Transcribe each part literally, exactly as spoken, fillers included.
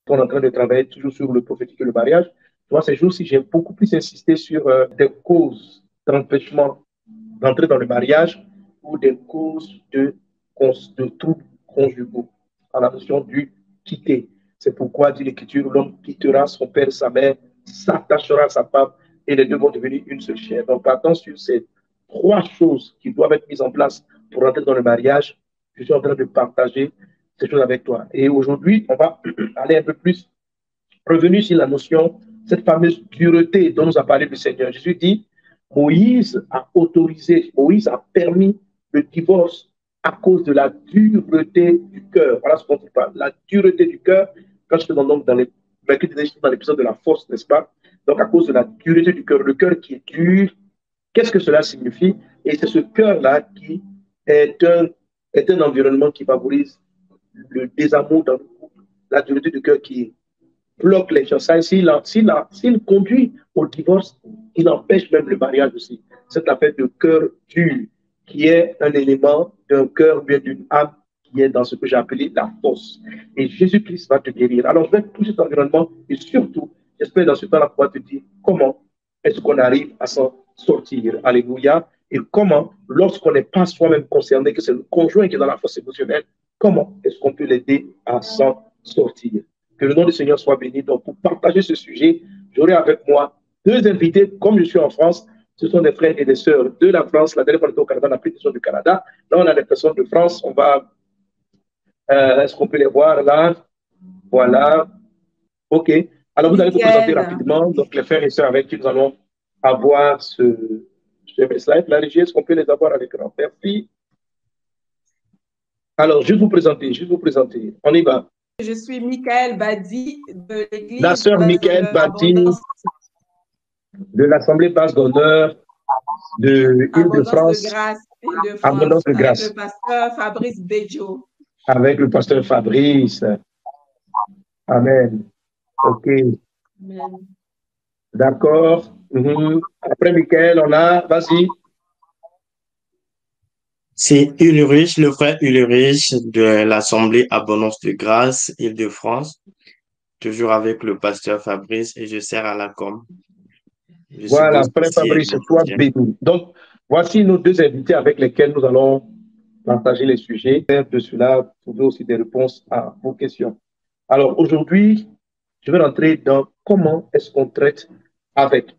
qu'on est en train de travailler toujours sur le prophétique et le mariage. Moi, ces jours-ci, j'ai beaucoup plus insisté sur euh, des causes d'empêchement d'entrer dans le mariage ou des causes de, de troubles conjugaux, à la notion du quitter. C'est pourquoi, dit l'Écriture, l'homme quittera son père, sa mère, s'attachera à sa femme et les deux vont devenir une seule chair. Donc, partant sur ces trois choses qui doivent être mises en place pour entrer dans le mariage, je suis en train de partager ces choses avec toi. Et aujourd'hui, on va aller un peu plus revenir sur la notion, cette fameuse dureté dont nous a parlé le Seigneur. Jésus dit, Moïse a autorisé, Moïse a permis le divorce à cause de la dureté du cœur. Voilà ce qu'on dit pas. La dureté du cœur, quand je te demande donc dans les dans l'épisode de la force, n'est-ce pas? Donc, à cause de la dureté du cœur, le cœur qui est dur, qu'est-ce que cela signifie? Et c'est ce cœur-là qui est un, est un environnement qui favorise le désamour dans le couple, la dureté du cœur qui bloque les fiançailles. S'il s'il s'il conduit au divorce, il empêche même le mariage aussi. Cette affaire de cœur dur, qui est un élément d'un cœur ou bien d'une âme qui est dans ce que j'ai appelé la force. Et Jésus-Christ va te guérir. Alors, je vais toucher cet environnement et surtout, j'espère dans ce temps-là pouvoir te dire comment est-ce qu'on arrive à s'en sortir. Alléluia. Et comment, lorsqu'on n'est pas soi-même concerné, que c'est le conjoint qui est dans la force émotionnelle, comment est-ce qu'on peut l'aider à s'en sortir. Que le nom du Seigneur soit béni. Donc, pour partager ce sujet, j'aurai avec moi deux invités, comme je suis en France. Ce sont des frères et des sœurs de la France. La dernière fois, on était au Canada, on a pris des gens du Canada. Là, on a des personnes de France. On va. Euh, est-ce qu'on peut les voir là? Voilà. OK. Alors, vous allez vous présenter rapidement. Donc, les frères et sœurs avec qui nous allons avoir ce, ce slide. La régie, est-ce qu'on peut les avoir à l'écran? Merci. Alors, juste vous présenter, juste vous présenter. On y va. Je suis Michael Badi de l'église. La sœur Michael Badi de l'Assemblée Basse d'Honneur de Île-de-France. De grâce, de France, Abondance de grâce. Avec le pasteur Fabrice Bejo. Avec le pasteur Fabrice. Amen. OK. Amen. D'accord. Mm-hmm. Après Michael, on a, vas-y. C'est Ulrich, le frère Ulrich de l'Assemblée Abondance de grâce, Île-de-France. Toujours avec le pasteur Fabrice et je sers à la com. Je voilà, frère Fabrice, toi béni. Donc, voici nos deux invités avec lesquels nous allons partager les sujets. De cela, vous trouver aussi des réponses à vos questions. Alors, aujourd'hui, je vais rentrer dans comment est-ce qu'on traite avec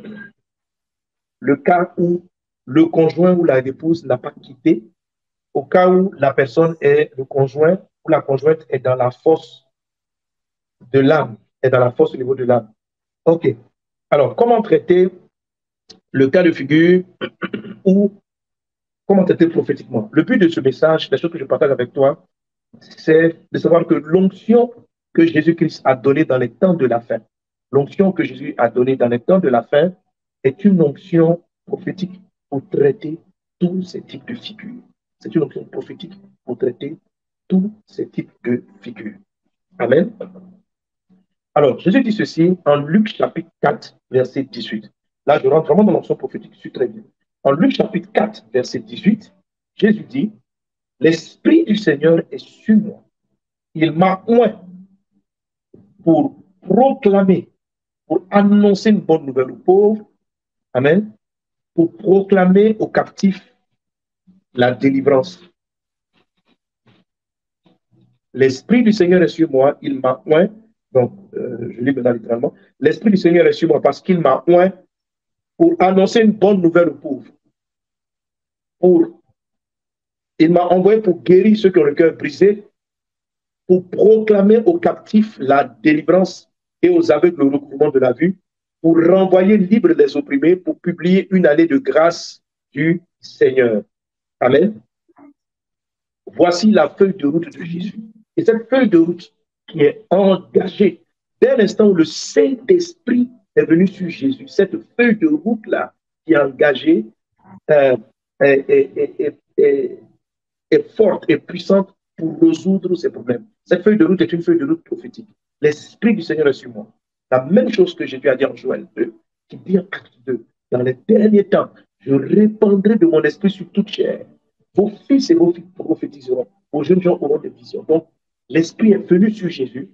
le cas où le conjoint ou la épouse n'a pas quitté, au cas où la personne est, le conjoint ou la conjointe est dans la fosse de l'âme, est dans la fosse au niveau de l'âme. OK. Alors, comment traiter le cas de figure ou comment traiter prophétiquement? Le but de ce message, la chose que je partage avec toi, c'est de savoir que l'onction que Jésus-Christ a donnée dans les temps de la fin, l'onction que Jésus a donnée dans les temps de la fin est une onction prophétique pour traiter tous ces types de figures. C'est une onction prophétique pour traiter tous ces types de figures. Amen. Alors, Jésus dit ceci en Luc chapitre quatre, verset dix-huit. Là, je rentre vraiment dans l'onction prophétique, je suis très bien. En Luc chapitre quatre, verset dix-huit, Jésus dit, « L'Esprit du Seigneur est sur moi. Il m'a oint pour proclamer, pour annoncer une bonne nouvelle aux pauvres. Amen. Pour proclamer aux captifs la délivrance. L'Esprit du Seigneur est sur moi, il m'a oint. » Donc, euh, je lis maintenant littéralement. « L'Esprit du Seigneur est sur moi parce qu'il m'a oint pour annoncer une bonne nouvelle aux pauvres. Pour, il m'a envoyé pour guérir ceux qui ont le cœur brisé, pour proclamer aux captifs la délivrance et aux aveugles le recouvrement de la vue, pour renvoyer libres les opprimés, pour publier une année de grâce du Seigneur. » Amen. Voici la feuille de route de Jésus. Et cette feuille de route qui est engagée dès l'instant où le Saint-Esprit est venu sur Jésus, cette feuille de route-là qui est engagée euh, est, est, est, est, est forte et puissante pour résoudre ces problèmes. Cette feuille de route est une feuille de route prophétique. L'Esprit du Seigneur est sur moi. La même chose que Jésus a dit en Joël deux, qui dit en Acte deux, dans les derniers temps, je répandrai de mon esprit sur toute chair. Vos fils et vos filles prophétiseront. Vos jeunes gens auront des visions. Donc, l'Esprit est venu sur Jésus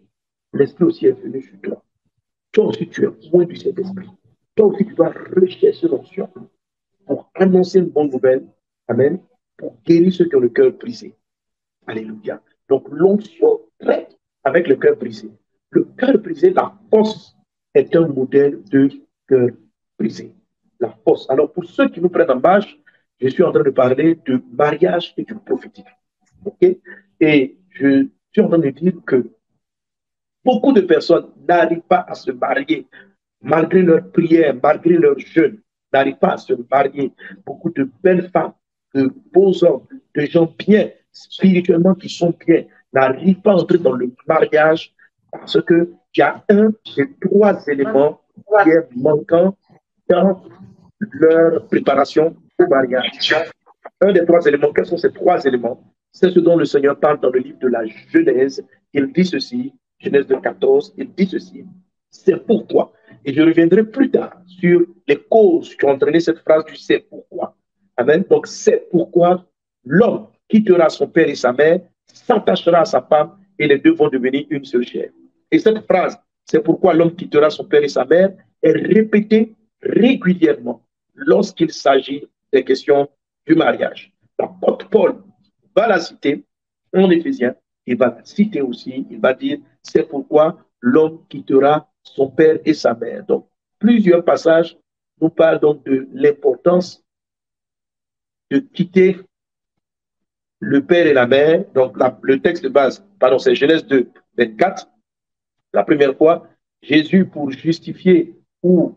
l'Esprit aussi est venu sur toi. Toi aussi, tu es loin du Saint-Esprit. Toi aussi, tu dois rechercher l'onction pour annoncer une bonne nouvelle. Amen. Pour guérir ceux qui ont le cœur brisé. Alléluia. Donc, l'onction traite avec le cœur brisé. Le cœur brisé, la force est un modèle de cœur brisé. La force. Alors, pour ceux qui nous prennent en marche, je suis en train de parler de mariage et du prophétique. OK? Et je suis en train de dire que beaucoup de personnes n'arrivent pas à se marier, malgré leurs prières, malgré leurs jeûnes, n'arrivent pas à se marier. Beaucoup de belles femmes, de beaux hommes, de gens bien, spirituellement qui sont bien, n'arrivent pas à entrer dans le mariage parce qu'il y a un des trois éléments qui est manquant dans leur préparation au mariage. Un des trois éléments, quels sont ces trois éléments? C'est ce dont le Seigneur parle dans le livre de la Genèse. Il dit ceci, Genèse deux, quatorze, il dit ceci. C'est pourquoi, et je reviendrai plus tard sur les causes qui ont entraîné cette phrase du c'est pourquoi. Amen. Donc, c'est pourquoi l'homme quittera son père et sa mère, s'attachera à sa femme, et les deux vont devenir une seule chair. Et cette phrase, c'est pourquoi l'homme quittera son père et sa mère, est répétée régulièrement lorsqu'il s'agit des questions du mariage. L'apôtre Paul va la citer en Éphésiens, il va la citer aussi, il va dire, c'est pourquoi l'homme quittera son père et sa mère. Donc, plusieurs passages nous parlent donc de l'importance de quitter le père et la mère. Donc, la, le texte de base, pardon, c'est Genèse deux, vingt-quatre. La première fois, Jésus, pour justifier ou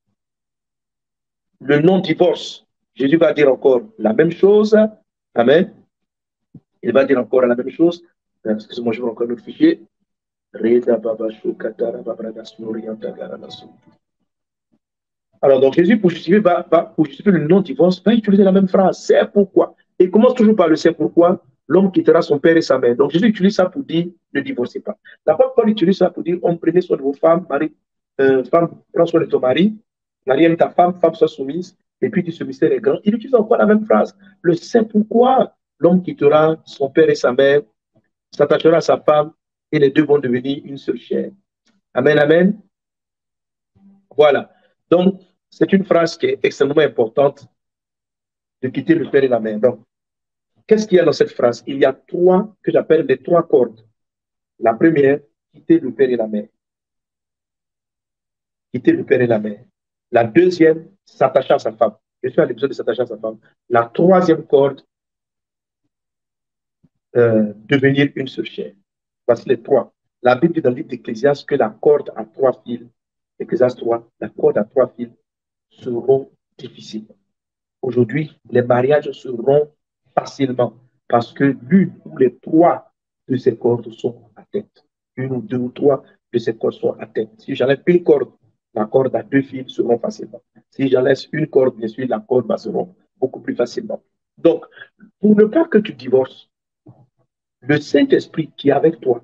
le non-divorce, Jésus va dire encore la même chose. Amen. Il va dire encore la même chose. Excusez-moi, je vais encore notre fichier. Alors, donc Jésus, pour justifier, va, va, pour justifier le non-divorce, va utiliser la même phrase. C'est pourquoi. Et il commence toujours par le c'est pourquoi l'homme quittera son père et sa mère. Donc Jésus utilise ça pour dire ne divorcez pas. L'apôtre Paul utilise ça pour dire on prenait soin de vos femmes, mari, euh, femme, prends soin de ton mari, mari aime ta femme, femme soit soumise, et puis dit ce mystère est grand. Il utilise encore la même phrase. Le c'est pourquoi l'homme quittera son père et sa mère, s'attachera à sa femme, et les deux vont devenir une seule chair. Amen, amen. Voilà. Donc, c'est une phrase qui est extrêmement importante de quitter le père et la mère. Donc, qu'est-ce qu'il y a dans cette phrase? Il y a trois, que j'appelle les trois cordes. La première, quitter le père et la mère. Quitter le père et la mère. La deuxième, s'attacher à sa femme. Je suis à l'épisode de s'attacher à sa femme. La troisième corde, euh, devenir une seule chair. Voici les trois. La Bible dit dans le livre d'Ecclésiaste que la corde à trois fils, Ecclésiaste trois, la corde à trois fils seront difficiles. Aujourd'hui, les mariages seront facilement parce que l'une ou les trois de ces cordes sont atteintes. Une ou deux ou trois de ces cordes sont atteintes. Si j'enlève une corde, la corde à deux fils seront facilement. Si j'enlève une corde, bien sûr, la corde va se rompre beaucoup plus facilement. Donc, pour ne pas que tu divorces, le Saint-Esprit qui est avec toi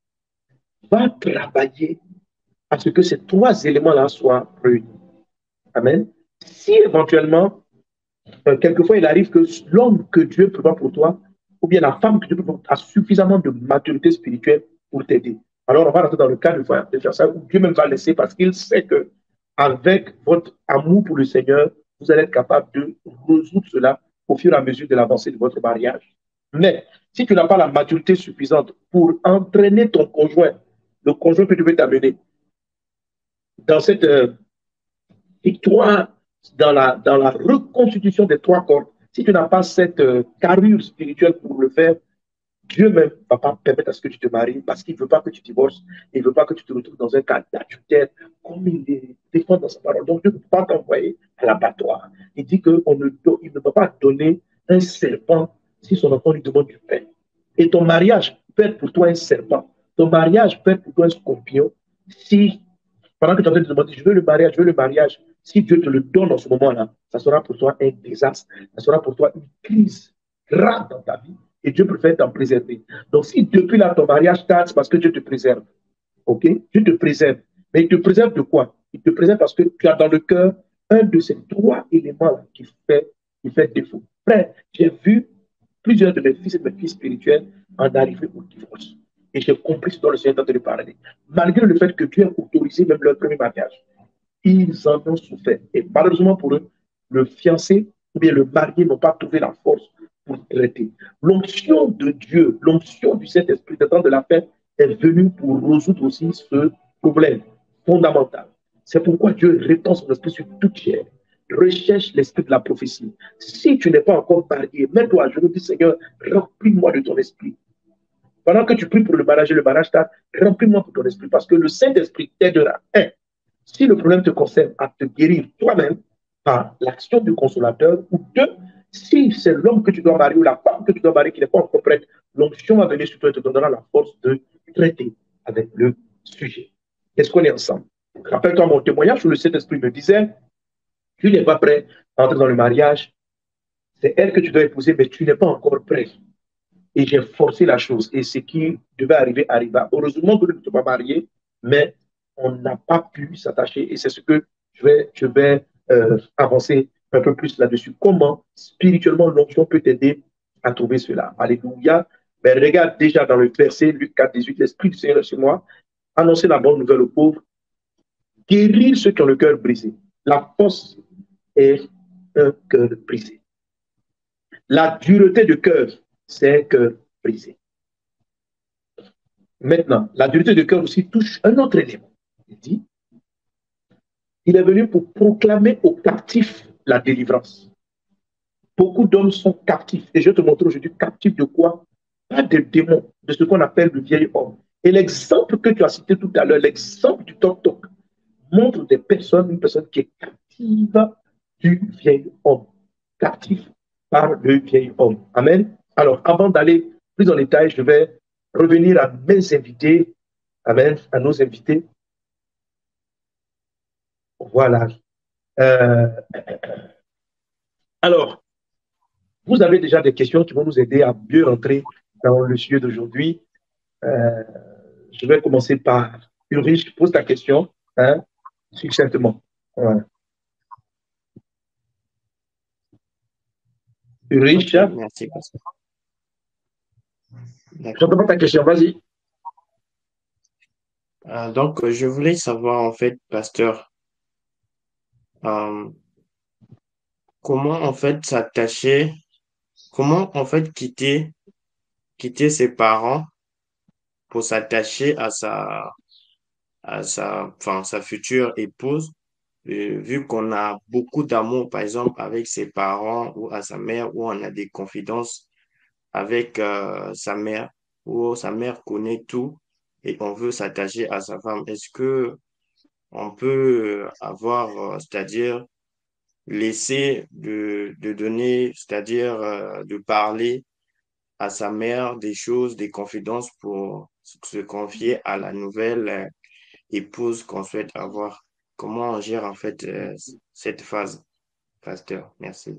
va travailler à ce que ces trois éléments-là soient réunis. Amen. Si éventuellement, euh, quelquefois, il arrive que l'homme que Dieu prévoit pour toi, ou bien la femme que Dieu prévoit a suffisamment de maturité spirituelle pour t'aider. Alors, on va rentrer dans le cas de faire ça, où Dieu même va laisser parce qu'il sait que avec votre amour pour le Seigneur, vous allez être capable de résoudre cela au fur et à mesure de l'avancée de votre mariage. Mais si tu n'as pas la maturité suffisante pour entraîner ton conjoint, le conjoint que tu veux t'amener, dans cette euh, victoire, dans la, dans la reconstitution des trois cordes, si tu n'as pas cette euh, carrure spirituelle pour le faire, Dieu même ne va pas permettre à ce que tu te maries parce qu'il ne veut pas que tu divorces, il ne veut pas que tu te retrouves dans un cas d'adultère comme il est défend dans sa parole. Donc Dieu ne peut pas t'envoyer à l'abattoir. Il dit qu'il ne, il ne peut pas donner un serpent si son enfant lui demande du pain. Et ton mariage peut être pour toi un serpent. Ton mariage peut être pour toi un scorpion si, pendant que tu es en train de demander, je veux le mariage, je veux le mariage, si Dieu te le donne dans ce moment-là, ça sera pour toi un désastre, ça sera pour toi une crise grave dans ta vie. Et Dieu préfère t'en préserver. Donc, si depuis là, ton mariage tarde, c'est parce que Dieu te préserve. OK? Dieu te préserve. Mais il te préserve de quoi? Il te préserve parce que tu as dans le cœur un de ces trois éléments-là qui fait, qui fait défaut. Frère, j'ai vu plusieurs de mes fils et de mes filles spirituels en arriver au divorce. et j'ai compris ce dont le Seigneur est en train de parler. Malgré le fait que Dieu a autorisé même leur premier mariage, ils en ont souffert. Et malheureusement pour eux, le fiancé ou bien le marié n'ont pas trouvé la force pour traiter. L'onction de Dieu, l'onction du Saint-Esprit de temps de la fête est venue pour résoudre aussi ce problème fondamental. C'est pourquoi Dieu répand son esprit sur toute chair. Recherche l'esprit de la prophétie. Si tu n'es pas encore marié, mets-toi à genoux, dis Seigneur, remplis-moi de ton esprit. Pendant que tu pries pour le mariage et le mariage tard, remplis-moi pour ton esprit parce que le Saint-Esprit t'aidera. Un, si le problème te concerne, à te guérir toi-même par l'action du consolateur, ou deux, si c'est l'homme que tu dois marier ou la femme que tu dois marier qui n'est pas encore prête, l'onction va venir sur toi et te donnera la force de traiter avec le sujet. Est-ce qu'on est ensemble? Rappelle-toi mon témoignage où le Saint-Esprit me disait, tu n'es pas prêt à entrer dans le mariage, c'est elle que tu dois épouser, mais tu n'es pas encore prêt. Et j'ai forcé la chose. Et ce qui devait arriver, arriva. Heureusement que nous ne sommes pas mariés, mais on n'a pas pu s'attacher. Et c'est ce que je vais, je vais euh, avancer un peu plus là-dessus. Comment spirituellement l'onction peut t'aider à trouver cela? Alléluia. Mais regarde déjà dans le verset Luc quatre, dix-huit, l'Esprit du Seigneur est sur moi. Annoncer la bonne nouvelle aux pauvres. Guérir ceux qui ont le cœur brisé. La force est un cœur brisé. La dureté de cœur, c'est un cœur brisé. Maintenant, la dureté de cœur aussi touche un autre élément. Il dit, il est venu pour proclamer aux captifs la délivrance. Beaucoup d'hommes sont captifs. Et je te montre aujourd'hui captifs de quoi? Pas de démons, de ce qu'on appelle le vieil homme. Et l'exemple que tu as cité tout à l'heure, l'exemple du toc-toc, montre des personnes, une personne qui est captive du vieil homme. Captif par le vieil homme. Amen. Alors, avant d'aller plus en détail, je vais revenir à mes invités. Amen. À nos invités. Voilà. Euh, alors, vous avez déjà des questions qui vont nous aider à mieux rentrer dans le sujet d'aujourd'hui. Euh, je vais commencer par Ulrich. Pose ta question, hein, succinctement. Voilà. Ulrich. Ok, merci. Je n'entends pas ta question, vas-y. Euh, donc, je voulais savoir, en fait, pasteur, euh, comment, en fait, s'attacher, comment, en fait, quitter, quitter ses parents pour s'attacher à sa, à sa, enfin, sa future épouse, euh, vu qu'on a beaucoup d'amour, par exemple, avec ses parents ou à sa mère, où on a des confidences avec euh, sa mère, où sa mère connaît tout et on veut s'attacher à sa femme. Est-ce que on peut avoir, euh, c'est-à-dire laisser de, de donner, c'est-à-dire euh, de parler à sa mère des choses, des confidences pour se confier à la nouvelle euh, épouse qu'on souhaite avoir? Comment on gère en fait euh, cette phase, pasteur? Merci.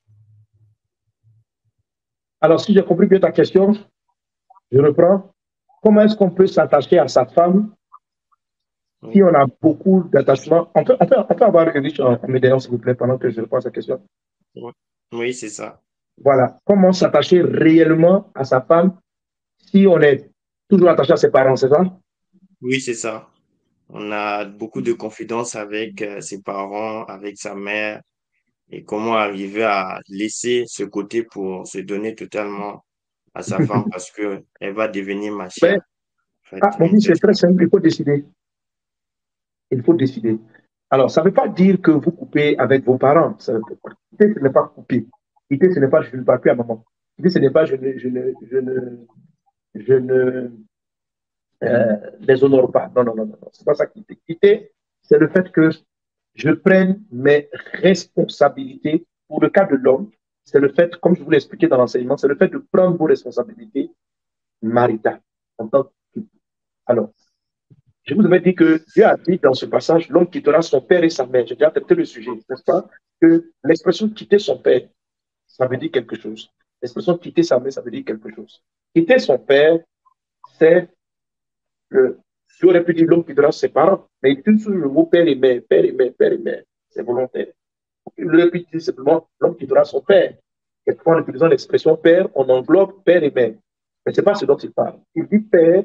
Alors, si j'ai compris bien ta question, je reprends. Comment est-ce qu'on peut s'attacher à sa femme si on a beaucoup d'attachement? On peut, on, peut, on peut avoir Ulrich en médaillon, s'il vous plaît, pendant que je réponds à cette question. Oui, oui, c'est ça. Voilà. Comment s'attacher réellement à sa femme si on est toujours attaché à ses parents, c'est ça? Oui, c'est ça. On a beaucoup de confidences avec euh, ses parents, avec sa mère, et comment arriver à laisser ce côté pour se donner totalement à sa femme parce que elle va devenir ma Mais, chère. En fait, ah, mon on fils, sait c'est très simple, il faut décider. Il faut décider. Alors, ça ne veut pas dire que vous coupez avec vos parents. Ça, quitter, ce n'est pas couper. Quitter, ce n'est pas je ne parle plus à maman. Quitter, ce n'est pas je ne, je ne, je ne, je ne euh, les honore pas. Non, non, non, non. C'est pas ça quitter. Quitter, c'est le fait que je prenne mes responsabilités. Pour le cas de l'homme, c'est le fait, comme je vous l'ai expliqué dans l'enseignement, c'est le fait de prendre vos responsabilités maritales. En tant que... Alors, je vous avais dit que Dieu a dit dans ce passage, l'homme quittera son père et sa mère. J'ai déjà traité le sujet, n'est-ce pas? Que l'expression quitter son père, ça veut dire quelque chose. L'expression quitter sa mère, ça veut dire quelque chose. Quitter son père, c'est que tu aurais pu dire l'homme quittera ses parents, mais il utilise le mot père et mère, père et mère, père et mère. C'est volontaire. Il aurait pu dire simplement l'homme quittera son père. Quelquefois, en utilisant l'expression père, on englobe père et mère. Mais ce n'est pas ce dont il parle. Il dit père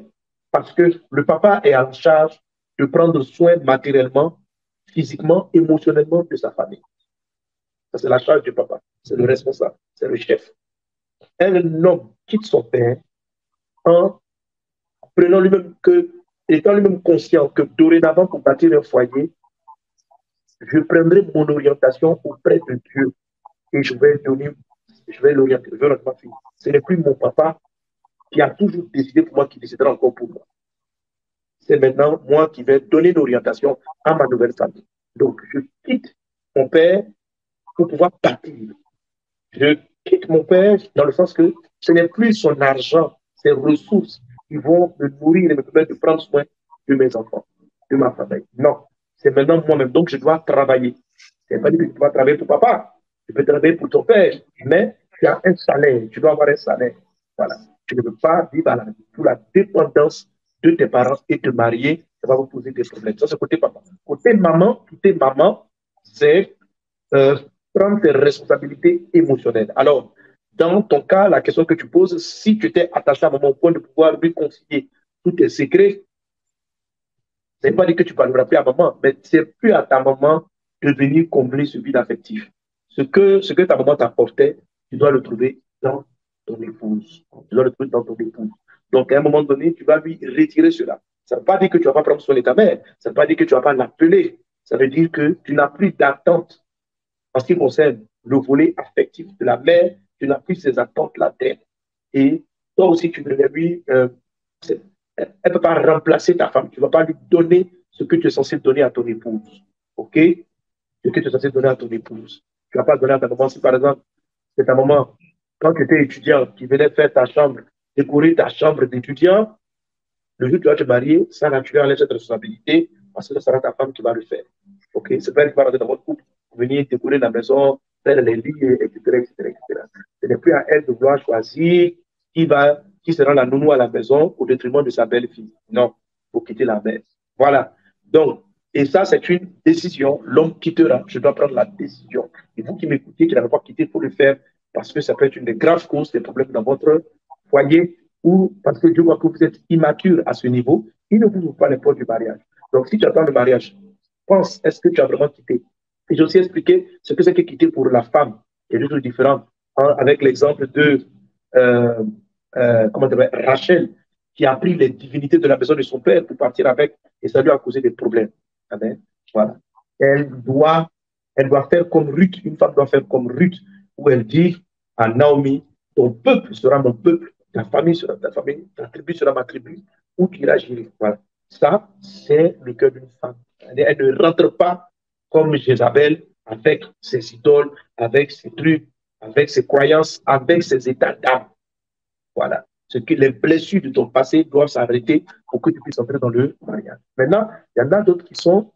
Parce que le papa est en charge de prendre soin matériellement, physiquement, émotionnellement de sa famille. Ça, c'est la charge du papa. C'est le responsable, c'est le chef. Un homme quitte son père en prenant lui-même que, étant lui-même conscient que dorénavant, pour bâtir un foyer, je prendrai mon orientation auprès de Dieu et je vais donner, je vais l'orienter, je vais orienter ma fille. Ce n'est plus mon papa qui a toujours décidé pour moi, qui décidera encore pour moi. C'est maintenant moi qui vais donner l'orientation à ma nouvelle famille. Donc, je quitte mon père pour pouvoir partir. Je quitte mon père dans le sens que ce n'est plus son argent, ses ressources qui vont me nourrir et me permettre de prendre soin de mes enfants, de ma famille. Non, c'est maintenant moi-même. Donc, je dois travailler. Ce n'est pas dit que tu dois travailler pour papa. Tu peux travailler pour ton père, mais tu as un salaire. Tu dois avoir un salaire. Voilà. Tu ne peux pas vivre à la, sous la dépendance de tes parents et te marier. Ça va vous poser des problèmes. Ça, c'est côté papa. Côté maman, côté maman, c'est euh, prendre tes responsabilités émotionnelles. Alors, dans ton cas, la question que tu poses, si tu étais attaché à maman au point de pouvoir lui confier tous tes secrets, ce n'est pas dit que tu parleras plus à maman, mais c'est plus à ta maman de venir combler ce vide affectif. Ce que, ce que ta maman t'apportait, tu dois le trouver dans ton épouse. Tu dois le trouver dans ton épouse. Donc, à un moment donné, tu vas lui retirer cela. Ça ne veut pas dire que tu ne vas pas prendre soin de ta mère. Ça ne veut pas dire que tu ne vas pas l'appeler. Ça veut dire que tu n'as plus d'attente en ce qui concerne le volet affectif de la mère. Tu n'as plus ces attentes-là d'elle. Et toi aussi, tu devrais lui... Euh, elle ne peut pas remplacer ta femme. Tu ne vas pas lui donner ce que tu es censé donner à ton épouse. OK? Ce que tu es censé donner à ton épouse. Tu ne vas pas donner à ta maman. Si par exemple, c'est ta maman, quand tu étais étudiant, qui venait faire ta chambre, décorer ta chambre d'étudiant, le jour où tu vas te marier, ça, là, tu vas enlever cette responsabilité parce que ce sera ta femme qui va le faire. OK? C'est pas elle qui va rentrer dans votre couple, venir décorer la maison, faire les lits, et cetera, et cetera, et cetera. Ce n'est plus à elle de vouloir choisir qui va, qui sera la nounou à la maison au détriment de sa belle-fille. Non, il faut quitter la mère. Voilà. Donc, et ça, c'est une décision. L'homme quittera. Je dois prendre la décision. Et vous qui m'écoutez, qui n'avez pas quitté, il faut le faire parce que ça peut être une des graves causes des problèmes dans votre foyer ou parce que Dieu voit que vous êtes immature à ce niveau. Il ne vous ouvre pas les portes du mariage. Donc, si tu attends le mariage, pense, est-ce que tu as vraiment quitté? Et j'ai aussi expliqué ce que c'est que quitter pour la femme. Il y a des choses différentes. Hein, avec l'exemple de euh, euh, comment dire, Rachel, qui a pris les divinités de la maison de son père pour partir avec, et ça lui a causé des problèmes. Amen. Voilà. Elle doit, elle doit faire comme Ruth, une femme doit faire comme Ruth, où elle dit à Naomi, ton peuple sera mon peuple, ta famille sera ta famille, ta tribu sera ma tribu, où tu iras, j'irai. Voilà. Ça, c'est le cœur d'une femme. Elle, elle ne rentre pas comme Jézabel avec ses idoles, avec ses trucs, avec ses croyances, avec ses états d'âme. Voilà. Ce que les blessures de ton passé doivent s'arrêter pour que tu puisses entrer dans le mariage. Maintenant, il y en a d'autres qui sont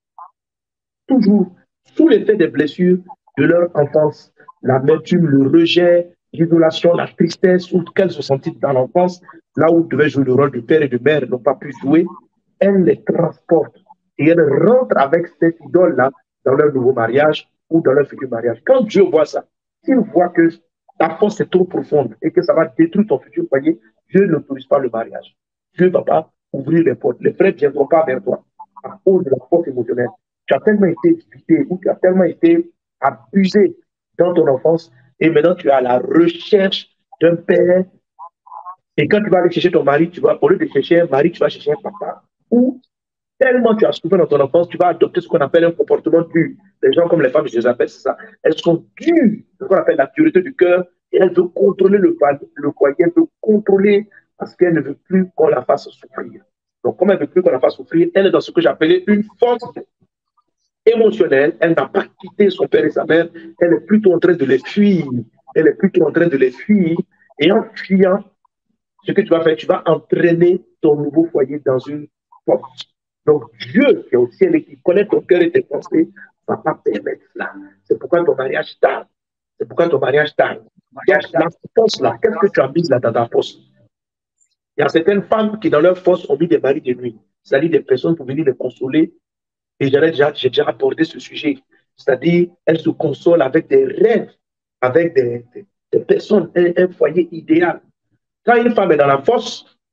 toujours sous l'effet des blessures de leur enfance. L'amertume, le rejet, l'isolation, la tristesse, ou qu'elles ont senti dans l'enfance, là où devaient jouer le rôle de père et de mère, n'ont pas pu jouer, elles les transportent et elles rentrent avec cette idole-là dans leur nouveau mariage ou dans leur futur mariage. Quand Dieu voit ça, s'il voit que ta force est trop profonde et que ça va détruire ton futur foyer, Dieu n'autorise pas le mariage. Dieu ne va pas ouvrir les portes. Les frères ne viendront pas vers toi à cause de la force émotionnelle. Tu as tellement été visité ou tu as tellement été abusé dans ton enfance et maintenant tu es à la recherche d'un père. Et quand tu vas aller chercher ton mari, tu vas, au lieu de chercher un mari, tu vas chercher un papa. Ou tellement tu as souffert dans ton enfance, tu vas adopter ce qu'on appelle un comportement dur. Les gens comme les femmes, je les appelle, c'est ça. Elles sont dures, ce qu'on appelle la dureté du cœur, et elles veulent contrôler le, le foyer, elles veulent contrôler parce qu'elles ne veulent plus qu'on la fasse souffrir. Donc, comme elle ne veut plus qu'on la fasse souffrir, elle est dans ce que j'appelais une force émotionnelle. Elle n'a pas quitté son père et sa mère, elle est plutôt en train de les fuir. Elle est plutôt en train de les fuir. Et en fuyant, ce que tu vas faire, tu vas entraîner ton nouveau foyer dans une force. Donc, Dieu qui est au ciel et qui connaît ton cœur et tes pensées, ne va pas permettre cela. C'est pourquoi ton mariage tarde. C'est pourquoi ton mariage tarde. Il y a la force là. Qu'est-ce que tu as mis là dans ta force? Il y a certaines femmes qui, dans leur force, ont mis des maris de nuit. C'est-à-dire des personnes pour venir les consoler. Et j'ai déjà, déjà abordé ce sujet. C'est-à-dire, elles se consolent avec des rêves, avec des, des, des personnes, un, un foyer idéal. Quand une femme est dans la force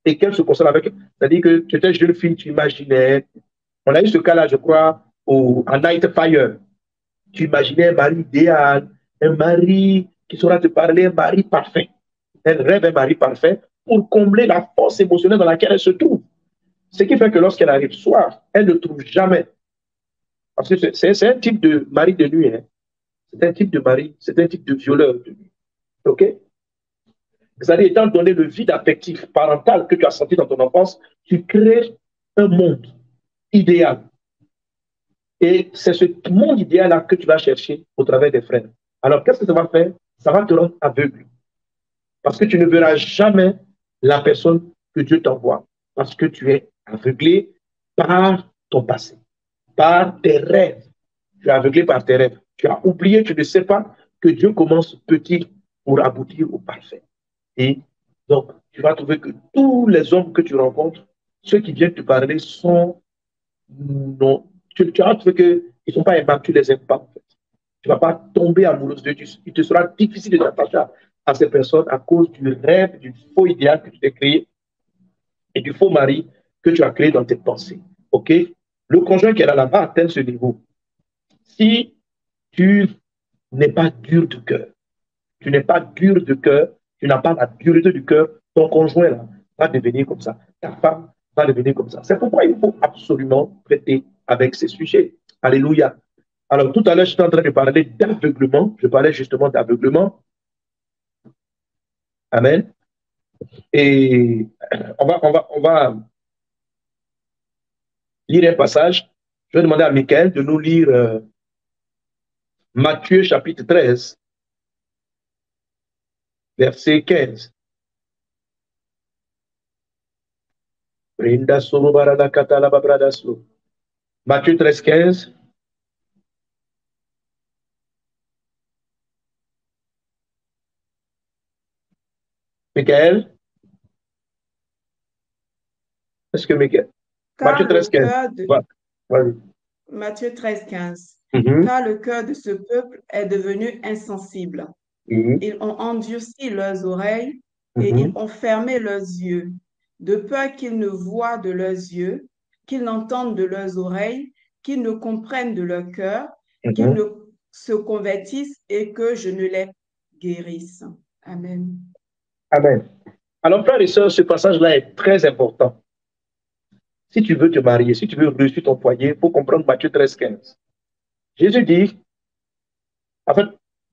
et qu'elle se console avec. C'est-à-dire que tu étais jeune fille, tu imaginais. On a eu ce cas-là, je crois, au, à Night Fire. Tu imaginais un mari idéal, un mari qui saura te parler, un mari parfait. Elle rêve un mari parfait pour combler la force émotionnelle dans laquelle elle se trouve. Ce qui fait que lorsqu'elle arrive soir, elle ne trouve jamais. Parce que c'est un type de mari de nuit. Hein. C'est un type de mari, c'est un type de violeur de nuit. OK? C'est-à-dire, étant donné le vide affectif parental que tu as senti dans ton enfance, tu crées un monde idéal. Et c'est ce monde idéal-là que tu vas chercher au travers des frères. Alors, qu'est-ce que ça va faire? Ça va te rendre aveugle. Parce que tu ne verras jamais la personne que Dieu t'envoie. Parce que tu es aveuglé par ton passé, par tes rêves. Tu es aveuglé par tes rêves. Tu as oublié, tu ne sais pas que Dieu commence petit pour aboutir au parfait. Et donc, tu vas trouver que tous les hommes que tu rencontres, ceux qui viennent te parler sont non. Tu, tu vas trouver qu'ils ne sont pas aimants, tu ne les aimes pas. En fait. Tu ne vas pas tomber amoureuse de Dieu. Il te sera difficile de t'attacher à ces personnes à cause du rêve, du faux idéal que tu t'es créé et du faux mari que tu as créé dans tes pensées. OK? Le conjoint qui est là-bas va atteindre ce niveau. Si tu n'es pas dur de cœur, tu n'es pas dur de cœur, tu n'as pas la dureté du cœur, ton conjoint là, va devenir comme ça. Ta femme va devenir comme ça. C'est pourquoi il faut absolument traiter avec ces sujets. Alléluia. Alors, tout à l'heure, j'étais en train de parler d'aveuglement. Je parlais justement d'aveuglement. Amen. Et on va, on va, on va lire un passage. Je vais demander à Michael de nous lire euh, Matthieu chapitre treize, verset quinze. Matthieu treize, quinze. Michael? Est-ce que Michael? Car Matthieu treize, le quinze. cœur de... Ouais. Matthieu treize, quinze. Mm-hmm. Car le cœur de ce peuple est devenu insensible. Mm-hmm. Ils ont endurci leurs oreilles et Mm-hmm. ils ont fermé leurs yeux, de peur qu'ils ne voient de leurs yeux, qu'ils n'entendent de leurs oreilles, qu'ils ne comprennent de leur cœur, Mm-hmm. qu'ils ne se convertissent et que je ne les guérisse. Amen. Amen. Alors, frères et sœurs, ce passage-là est très important. Si tu veux te marier, si tu veux réussir ton foyer, il faut comprendre Matthieu treize, quinze. Jésus dit, en fait,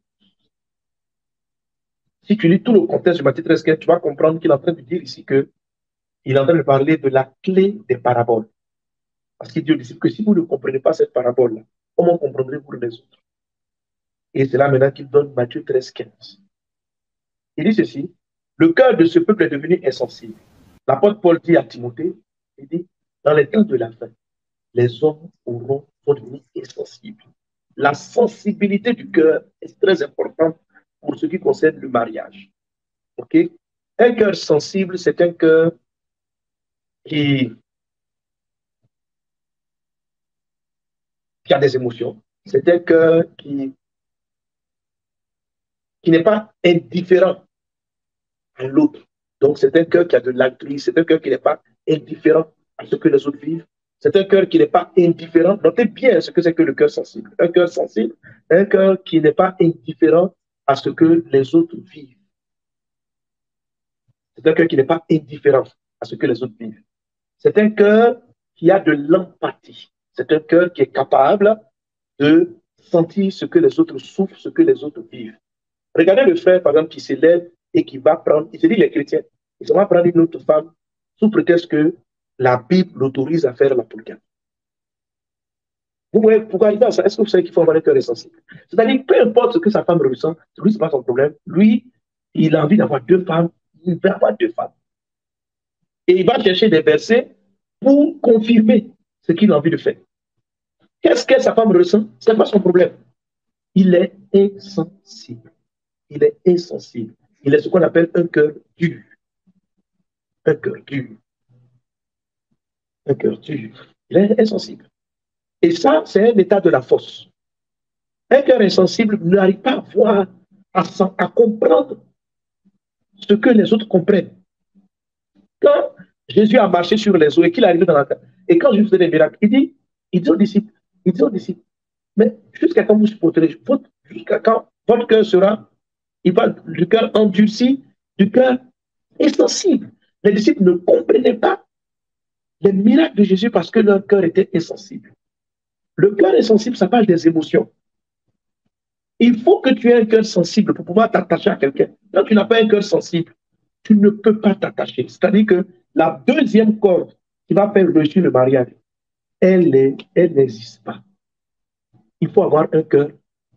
si tu lis tout le contexte de Matthieu treize, quinze, tu vas comprendre qu'il est en train de dire ici que il est en train de parler de la clé des paraboles. Parce qu'il dit que si vous ne comprenez pas cette parabole-là, comment comprendrez-vous les autres? Et c'est là maintenant qu'il donne Matthieu treize, quinze. Il dit ceci, le cœur de ce peuple est devenu insensible. L'apôtre Paul dit à Timothée, il dit, dans les temps de la fin, les hommes auront, vont devenir insensibles. La sensibilité du cœur est très importante pour ce qui concerne le mariage. Ok? Un cœur sensible, c'est un cœur qui, qui a des émotions. C'est un cœur qui, qui n'est pas indifférent à l'autre. Donc, c'est un cœur qui a de l'altruisme, c'est un cœur qui n'est pas indifférent à ce que les autres vivent. C'est un cœur qui n'est pas indifférent. Notez bien ce que c'est que le cœur sensible. Un cœur sensible, un cœur qui n'est pas indifférent à ce que les autres vivent. C'est un cœur qui n'est pas indifférent à ce que les autres vivent. C'est un cœur qui a de l'empathie. C'est un cœur qui est capable de sentir ce que les autres souffrent, ce que les autres vivent. Regardez le frère, par exemple, qui s'élève et qui va prendre, il se dit les chrétiens, il va prendre une autre femme sous prétexte que la Bible l'autorise à faire la polygamie. Vous voyez pourquoi il dit ça? Est-ce que vous savez qu'il faut avoir un cœur sensible? C'est-à-dire, peu importe ce que sa femme ressent, lui, ce n'est pas son problème. Lui, il a envie d'avoir deux femmes, il veut avoir deux femmes. Et il va chercher des versets pour confirmer ce qu'il a envie de faire. Qu'est-ce que sa femme ressent? Ce n'est pas son problème. Il est insensible. Il est insensible. Il est ce qu'on appelle un cœur dur. Un cœur dur. Un cœur dur. Il est insensible. Et ça, c'est un état de la force. Un cœur insensible n'arrive pas à voir, à, à comprendre ce que les autres comprennent. Quand Jésus a marché sur les eaux et qu'il est arrivé dans la terre. Et quand Jésus faisait des miracles, il dit, il dit aux disciples, il dit aux disciples, mais jusqu'à quand vous supporterez, jusqu'à quand votre cœur sera, il parle du cœur endurci, du cœur insensible. Les disciples ne comprenaient pas les miracles de Jésus parce que leur cœur était insensible. Le cœur insensible, ça parle des émotions. Il faut que tu aies un cœur sensible pour pouvoir t'attacher à quelqu'un. Quand tu n'as pas un cœur sensible, tu ne peux pas t'attacher. C'est-à-dire que la deuxième corde qui va faire réussir le mariage, elle est, elle n'existe pas. Il faut avoir un cœur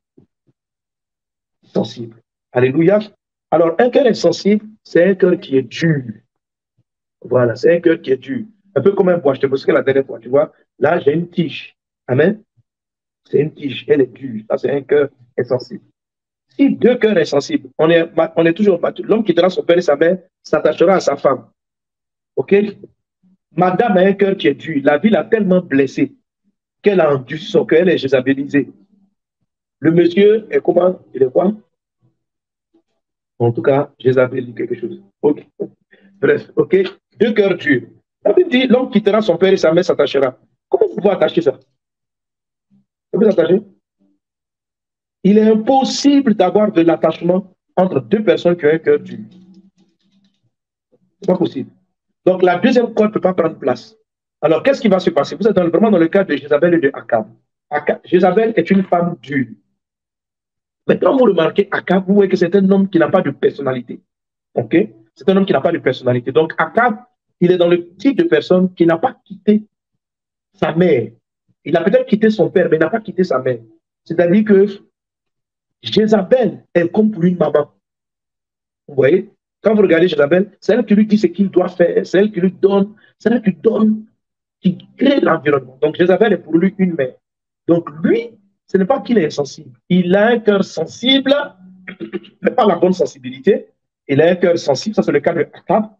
sensible. Alléluia. Alors, un cœur insensible, c'est un cœur qui est dur. Voilà, c'est un cœur qui est dur. Un peu comme un bois. Je te montrerai la dernière fois, tu vois. Là, j'ai une tige. Amen. C'est une tige, elle est dure. Ça, c'est un cœur insensible. Si deux cœurs insensibles, on est, on est toujours battu. L'homme qui quittera son père et sa mère s'attachera à sa femme. OK? Madame a un cœur qui est dur. La vie l'a tellement blessée qu'elle a endurci son cœur, elle est jézabélisée. Le monsieur est comment? Il est quoi? En tout cas, Jézabel quelque chose. OK. Bref, OK? Deux cœurs durs. La Bible dit, l'homme quittera son père et sa mère s'attachera. Comment vous pouvez attacher ça? Vous vous attachez? Il est impossible d'avoir de l'attachement entre deux personnes qui ont un cœur dur. C'est pas possible. Donc, la deuxième corde ne peut pas prendre place. Alors, qu'est-ce qui va se passer? Vous êtes dans, vraiment dans le cas de Jézabel et de Akab. Akab. Jézabel est une femme dure. Mais quand vous remarquez Akab, vous voyez que c'est un homme qui n'a pas de personnalité. OK? C'est un homme qui n'a pas de personnalité. Donc, Akab, il est dans le type de personne qui n'a pas quitté sa mère. Il a peut-être quitté son père, mais il n'a pas quitté sa mère. C'est-à-dire que Jézabel est comme pour une maman. Vous voyez? Quand vous regardez Jézabel, c'est elle qui lui dit ce qu'il doit faire, c'est elle qui lui donne, c'est elle qui donne, qui crée l'environnement. Donc Jézabel est pour lui une mère. Donc lui, ce n'est pas qu'il est insensible. Il a un cœur sensible, mais pas la bonne sensibilité. Il a un cœur sensible, ça c'est le cas de Akab.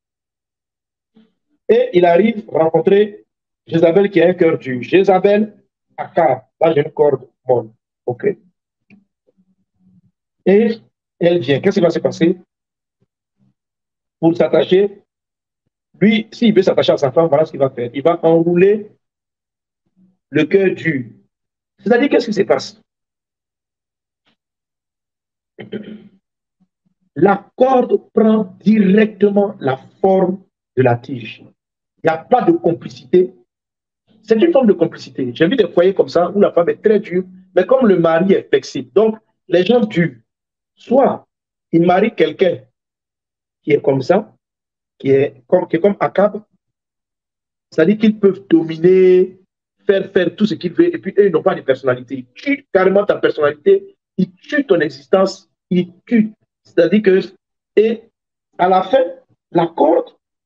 Et il arrive à rencontrer Jézabel qui a un cœur dur. Jézabel, Akab, là j'ai une corde molle. OK? Et elle vient. Qu'est-ce qui va se passer? Pour s'attacher, lui, s'il veut s'attacher à sa femme, voilà ce qu'il va faire. Il va enrouler le cœur dur. C'est-à-dire, qu'est-ce qui se passe? La corde prend directement la forme de la tige. Il n'y a pas de complicité. C'est une forme de complicité. J'ai vu des foyers comme ça où la femme est très dure, mais comme le mari est flexible. Donc, les gens durs, soit ils marient quelqu'un qui est comme ça, qui est comme, qui est comme Akab, c'est-à-dire qu'ils peuvent dominer, faire faire tout ce qu'ils veulent, et puis eux, ils n'ont pas de personnalité. Ils tuent carrément ta personnalité, ils tuent ton existence, ils tuent. C'est-à-dire que, et à la fin, la corde,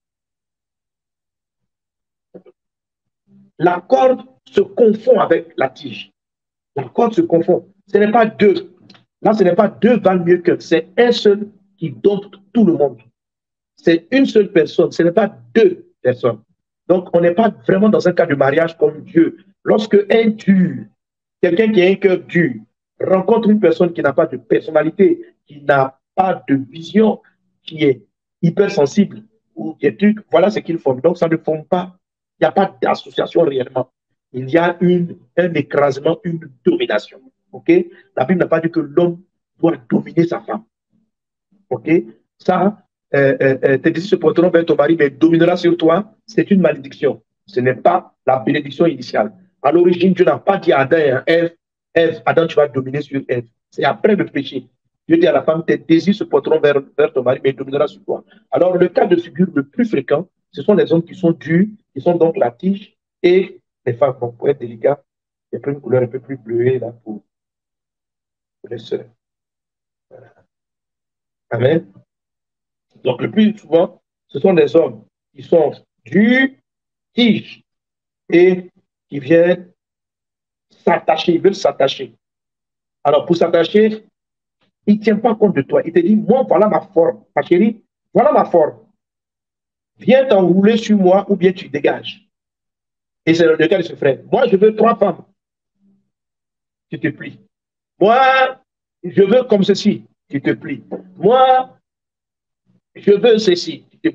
la corde se confond avec la tige. La corde se confond. Ce n'est pas deux. Là, ce n'est pas deux valent mieux qu'un. C'est un seul qui dompte tout le monde. C'est une seule personne. Ce n'est pas deux personnes. Donc, on n'est pas vraiment dans un cas de mariage comme Dieu. Lorsque un dur, quelqu'un qui a un cœur dur, rencontre une personne qui n'a pas de personnalité, qui n'a pas de vision, qui est hypersensible, ou qui est truc, voilà ce qu'ils font. Donc, ça ne forme pas, il n'y a pas d'association réellement. Il y a une, un écrasement, une domination. OK? La Bible n'a pas dit que l'homme doit dominer sa femme. OK? Ça, euh, euh, tes désirs se porteront vers ton mari, mais dominera sur toi, c'est une malédiction. Ce n'est pas la bénédiction initiale. À l'origine, Dieu n'a pas dit à Adam et à Ève, Ève, Adam, tu vas dominer sur Ève. C'est après le péché. Dieu dit à la femme, tes désirs se porteront vers, vers ton mari, mais il dominera sur toi. Alors, le cas de figure le plus fréquent, ce sont les hommes qui sont durs, qui sont donc la tige, et les femmes, bon, pour être délicat, il y a une couleur un peu plus bleuée là pour, pour les sœurs. Voilà. Amen. Donc, le plus souvent, ce sont des hommes qui sont durs, tiges, et qui viennent s'attacher, ils veulent s'attacher. Alors, pour s'attacher, il ne tient pas compte de toi. Il te dit, moi, voilà ma forme. Ma chérie, voilà ma forme. Viens t'enrouler sur moi ou bien tu dégages. Et c'est le cas de ce frère. Moi, je veux trois femmes. Tu te plies. Moi, je veux comme ceci. Tu te plies. Moi, je veux ceci. Tu te plies.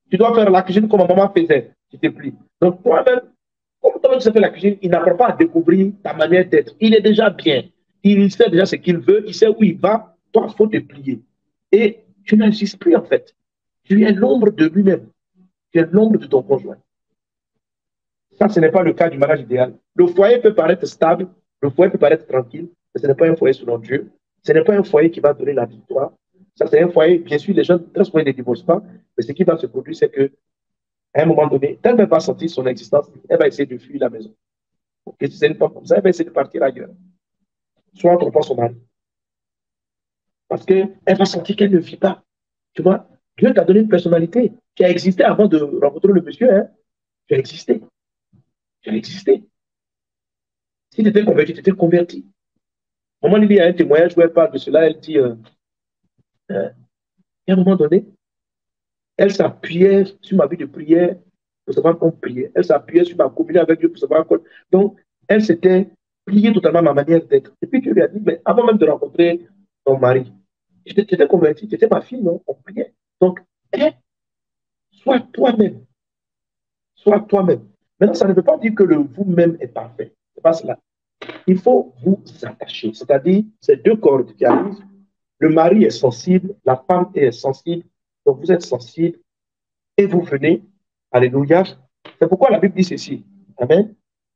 Tu dois faire la cuisine comme maman faisait. Tu te plies. Donc, toi-même, comme toi-même tu sais faire la cuisine, il n'apprend pas à découvrir ta manière d'être. Il est déjà bien. Il sait déjà ce qu'il veut. Il sait où il va. Toi, il faut te plier. Et tu n'existes plus, en fait. Tu es l'ombre de lui-même. Tu es l'ombre de ton conjoint. Ça, ce n'est pas le cas du mariage idéal. Le foyer peut paraître stable, le foyer peut paraître tranquille, mais ce n'est pas un foyer selon Dieu. Ce n'est pas un foyer qui va donner la victoire. Ça, c'est un foyer, bien sûr, les gens, très souvent, ne divorcent pas, mais ce qui va se produire, c'est qu'à un moment donné, elle ne va pas sentir son existence, elle va essayer de fuir la maison. Et si c'est une femme comme ça, elle va essayer de partir ailleurs. Soit en trompant son mari. Parce qu'elle va sentir qu'elle ne vit pas. Tu vois, Dieu t'a donné une personnalité qui a existé avant de rencontrer le monsieur. Hein. Tu as existé. Tu as existé. Si tu étais converti, tu étais converti. Maman Lily a un témoignage où elle parle de cela. Elle dit, euh, euh, à un moment donné, elle s'appuyait sur ma vie de prière pour savoir qu'on priait. Elle s'appuyait sur ma communion avec Dieu pour savoir qu'on... Donc, elle s'était pliée totalement à ma manière d'être. Et puis, Dieu lui a dit, mais avant même de rencontrer ton mari, tu étais converti, tu étais ma fille, non? On priait. Donc, hein, sois toi-même. Sois toi-même. Maintenant, ça ne veut pas dire que le vous-même est parfait. Ce n'est pas cela. Il faut vous attacher. C'est-à-dire, ces deux cordes qui arrivent, le mari est sensible, la femme est sensible, donc vous êtes sensible et vous venez. Alléluia. C'est pourquoi la Bible dit ceci. Amen.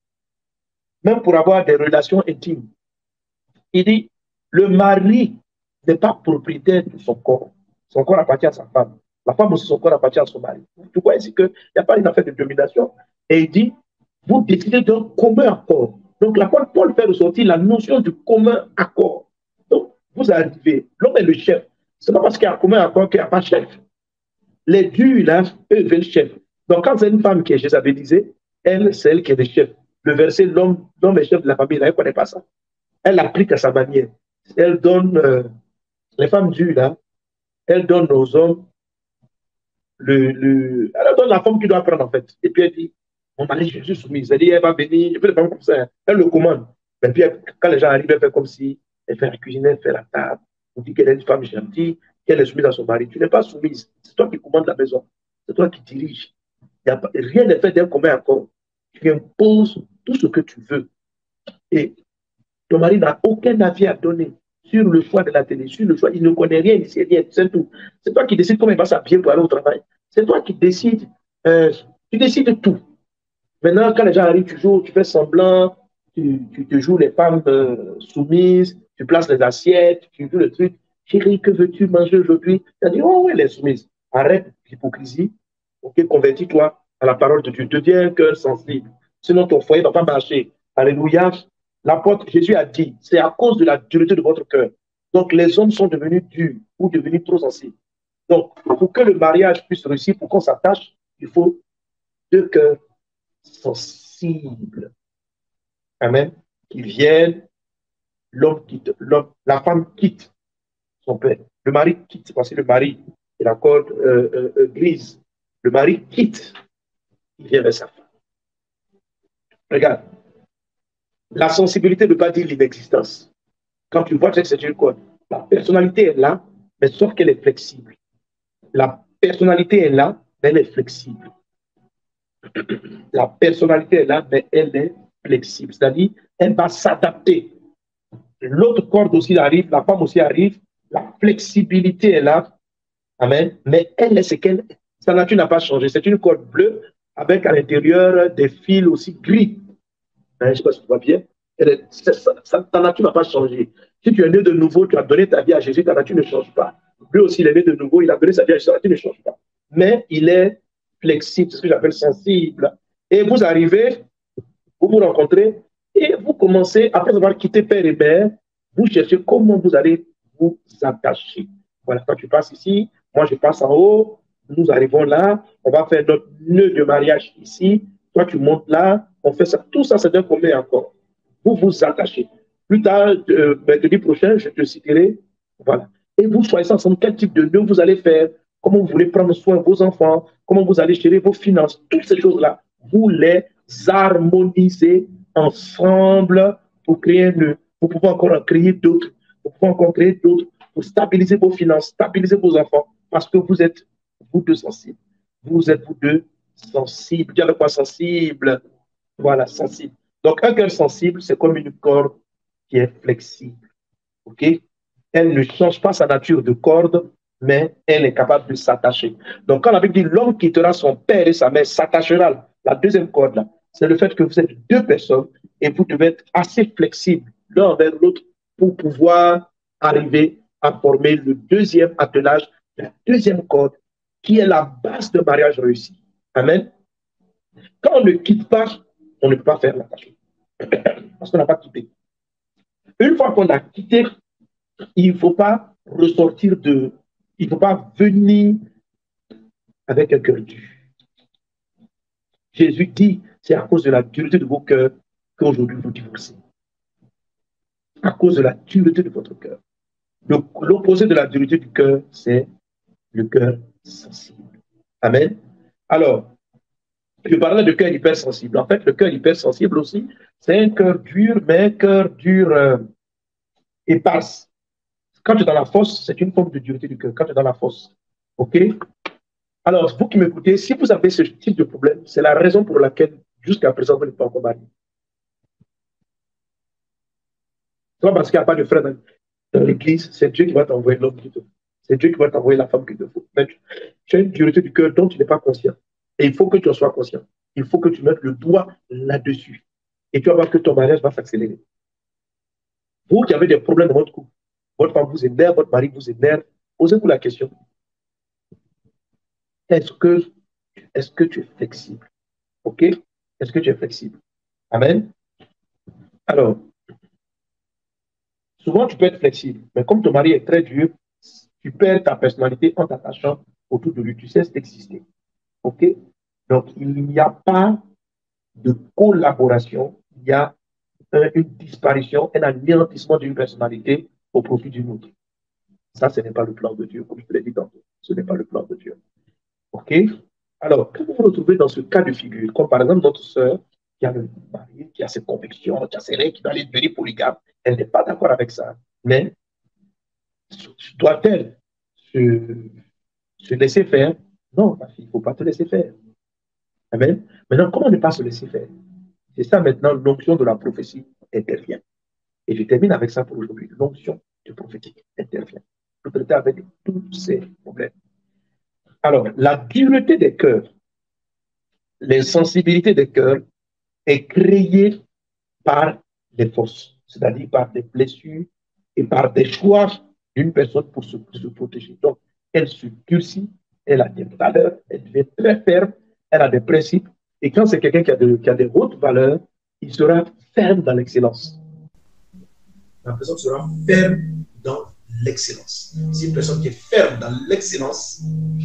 Même pour avoir des relations intimes. Il dit, le mari n'est pas propriétaire de son corps. Son corps appartient à sa femme. La femme aussi, son corps appartient à son mari. Tu vois ici qu'il n'y a pas une affaire de domination. Et il dit, vous décidez d'un commun accord. Donc, l'apôtre Paul fait ressortir la notion du commun accord. Donc, vous arrivez, l'homme est le chef. Ce n'est pas parce qu'il y a un commun accord qu'il n'y a pas de chef. Les durs, là, eux, veulent le chef. Donc, quand c'est une femme qui est jézabélisée, elle, c'est elle qui est le chef. Le verset, l'homme est chef de la famille, là, elle ne connaît pas ça. Elle applique à sa manière. Elle donne, euh, les femmes dures, là, elles donnent aux hommes, le, le, elle donne la forme qu'il doit prendre, en fait. Et puis elle dit, mon mari, je suis soumise. Elle dit, elle va venir, je fais des femmes comme ça. Elle le commande. Et puis, quand les gens arrivent, elle fait comme si elle fait la cuisine, elle fait la table. On dit qu'elle est une femme gentille, qu'elle est soumise à son mari. Tu n'es pas soumise. C'est toi qui commandes la maison. C'est toi qui diriges. Il y a pas, rien n'est fait d'un commun accord. Tu imposes tout ce que tu veux. Et ton mari n'a aucun avis à donner sur le choix de la télé, sur le choix. Il ne connaît rien, il ne sait rien, c'est tout. C'est toi qui décides comment il va s'habiller pour aller au travail. C'est toi qui décides. Euh, tu décides tout. Maintenant, quand les gens arrivent, tu joues, tu fais semblant, tu, tu te joues les femmes euh, soumises, tu places les assiettes, tu joues le truc. Chérie, que veux-tu manger aujourd'hui? Tu as dit, oh oui, elle est soumise. Arrête l'hypocrisie. Ok, convertis-toi à la parole de Dieu. Deviens un cœur sensible. Sinon, ton foyer ne va pas marcher. Alléluia. L'apôtre Jésus a dit, c'est à cause de la dureté de votre cœur. Donc, les hommes sont devenus durs ou devenus trop sensibles. Donc, pour que le mariage puisse réussir, pour qu'on s'attache, il faut deux cœurs sensibles. Amen. Qui viennent, l'homme quitte, l'homme, la femme quitte son père. Le mari quitte, parce que le mari est la corde euh, euh, euh, grise. Le mari quitte, il vient vers sa femme. Regarde. La sensibilité ne veut pas dire l'inexistence. Quand tu vois que c'est une corde, la personnalité est là, mais sauf qu'elle est flexible. La personnalité est là, mais elle est flexible. La personnalité est là, mais elle est flexible. C'est-à-dire, elle va s'adapter. L'autre corde aussi arrive, la femme aussi arrive, la flexibilité est là. Amen. Mais elle est ce qu'elle est. Sa nature n'a pas changé. C'est une corde bleue avec à l'intérieur des fils aussi gris. Hein, je ne sais pas si tu vois bien. Elle, ça, ça, ta nature ne va pas changer. Si tu es né de nouveau, tu as donné ta vie à Jésus, ta nature ne change pas. Lui aussi, il est né de nouveau, il a donné sa vie à Jésus, sa nature ne change pas. Mais il est flexible, c'est ce que j'appelle sensible. Et vous arrivez, vous vous rencontrez, et vous commencez, après avoir quitté père et mère, vous cherchez comment vous allez vous attacher. Voilà, quand tu passes ici, moi je passe en haut, nous arrivons là, on va faire notre nœud de mariage ici, toi tu montes là, on fait ça, tout ça c'est d'un commun accord. Vous vous attachez. Plus tard, euh, mercredi prochain, je te citerai, voilà. Et vous choisissez ensemble quel type de nœud vous allez faire, comment vous voulez prendre soin de vos enfants, comment vous allez gérer vos finances, toutes ces choses-là, vous les harmonisez ensemble pour créer un nœud, pour pouvoir encore en créer d'autres, pour pouvoir encore créer d'autres, pour stabiliser vos finances, stabiliser vos enfants, parce que vous êtes, vous deux sensibles. Vous êtes vous deux sensibles. Dis avec quoi sensible? Voilà, sensible. Donc, un cœur sensible, c'est comme une corde qui est flexible. OK? Elle ne change pas sa nature de corde, mais elle est capable de s'attacher. Donc, quand la Bible dit l'homme quittera son père et sa mère, s'attachera, la deuxième corde là, c'est le fait que vous êtes deux personnes et vous devez être assez flexibles l'un envers l'autre pour pouvoir arriver à former le deuxième attelage, la deuxième corde, qui est la base de mariage réussi. Amen. Quand on ne quitte pas, on ne peut pas faire l'attachement. Parce qu'on n'a pas quitté. Une fois qu'on a quitté, il ne faut pas ressortir de... Il ne faut pas venir avec un cœur dur. Jésus dit, c'est à cause de la dureté de vos cœurs qu'aujourd'hui vous divorcez. À cause de la dureté de votre cœur. L'opposé de la dureté du cœur, c'est le cœur sensible. Amen. Alors, je parlais de cœur hypersensible. En fait, le cœur hypersensible aussi, c'est un cœur dur, mais un cœur dur euh, éparse. Quand tu es dans la fosse, c'est une forme de dureté du cœur. Quand tu es dans la fosse. OK? Alors, vous qui m'écoutez, si vous avez ce type de problème, c'est la raison pour laquelle, jusqu'à présent, vous n'êtes pas encore marié. Ce n'est pas parce qu'il n'y a pas de frère dans, dans l'église, c'est Dieu qui va t'envoyer l'homme qu'il te faut. C'est Dieu qui va t'envoyer la femme qu'il te faut. Mais tu, tu as une dureté du cœur dont tu n'es pas conscient. Et il faut que tu en sois conscient. Il faut que tu mettes le doigt là-dessus. Et tu vas voir que ton mariage va s'accélérer. Vous qui avez des problèmes dans votre couple, votre femme vous énerve, votre mari vous énerve, posez-vous la question. Est-ce que, est-ce que tu es flexible? OK? Est-ce que tu es flexible? Amen. Alors, souvent tu peux être flexible, mais comme ton mari est très dur, tu perds ta personnalité en t'attachant autour de lui. Tu cesses d'exister. OK? Donc, il n'y a pas de collaboration, il y a un, une disparition, un anéantissement d'une personnalité au profit d'une autre. Ça, ce n'est pas le plan de Dieu, comme je te l'ai dit tantôt. Ce n'est pas le plan de Dieu. OK? Alors, quand vous vous retrouvez dans ce cas de figure, comme par exemple notre sœur qui a le mari, qui a ses convictions, qui a ses règles, qui va aller devenir polygame, elle n'est pas d'accord avec ça. Mais doit-elle se, se laisser faire? Non, ma fille, il ne faut pas te laisser faire. Amen. Maintenant, comment ne pas se laisser faire? C'est ça maintenant, l'onction de la prophétie intervient. Et je termine avec ça pour aujourd'hui. L'onction de prophétique intervient. Pour traiter avec tous ces problèmes. Alors, la dureté des cœurs, l'insensibilité des cœurs est créée par des forces, c'est-à-dire par des blessures et par des choix d'une personne pour se, pour se protéger. Donc, elle se durcit, elle a des valeurs, elle devient très ferme, elle a des principes. Et quand c'est quelqu'un qui a, de, qui a des hautes valeurs, il sera ferme dans l'excellence. La personne sera ferme dans l'excellence. C'est une personne qui est ferme dans l'excellence.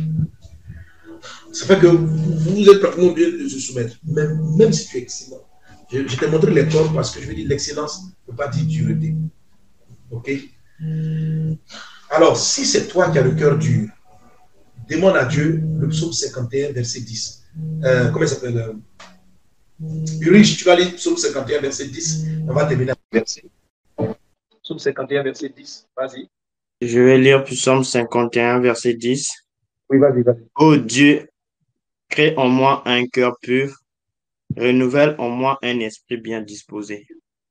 Ça fait que vous êtes pratiquement obligé de se soumettre, même, même si tu es excellent. Je, je t'ai montré les corps parce que je veux dire l'excellence ne peut pas dire dureté. Ok? Alors, si c'est toi qui as le cœur dur, demande à Dieu le psaume cinquante et un, verset dix. Euh, comment il s'appelle? euh, Ulrich, tu vas lire psaume cinquante et un, verset dix. On va terminer avec le verset. Psaume cinquante et un, verset dix. Vas-y. Je vais lire Psaume cinquante et un, verset dix. Oui, vas-y, vas-y. Ô Dieu, crée en moi un cœur pur, renouvelle en moi un esprit bien disposé.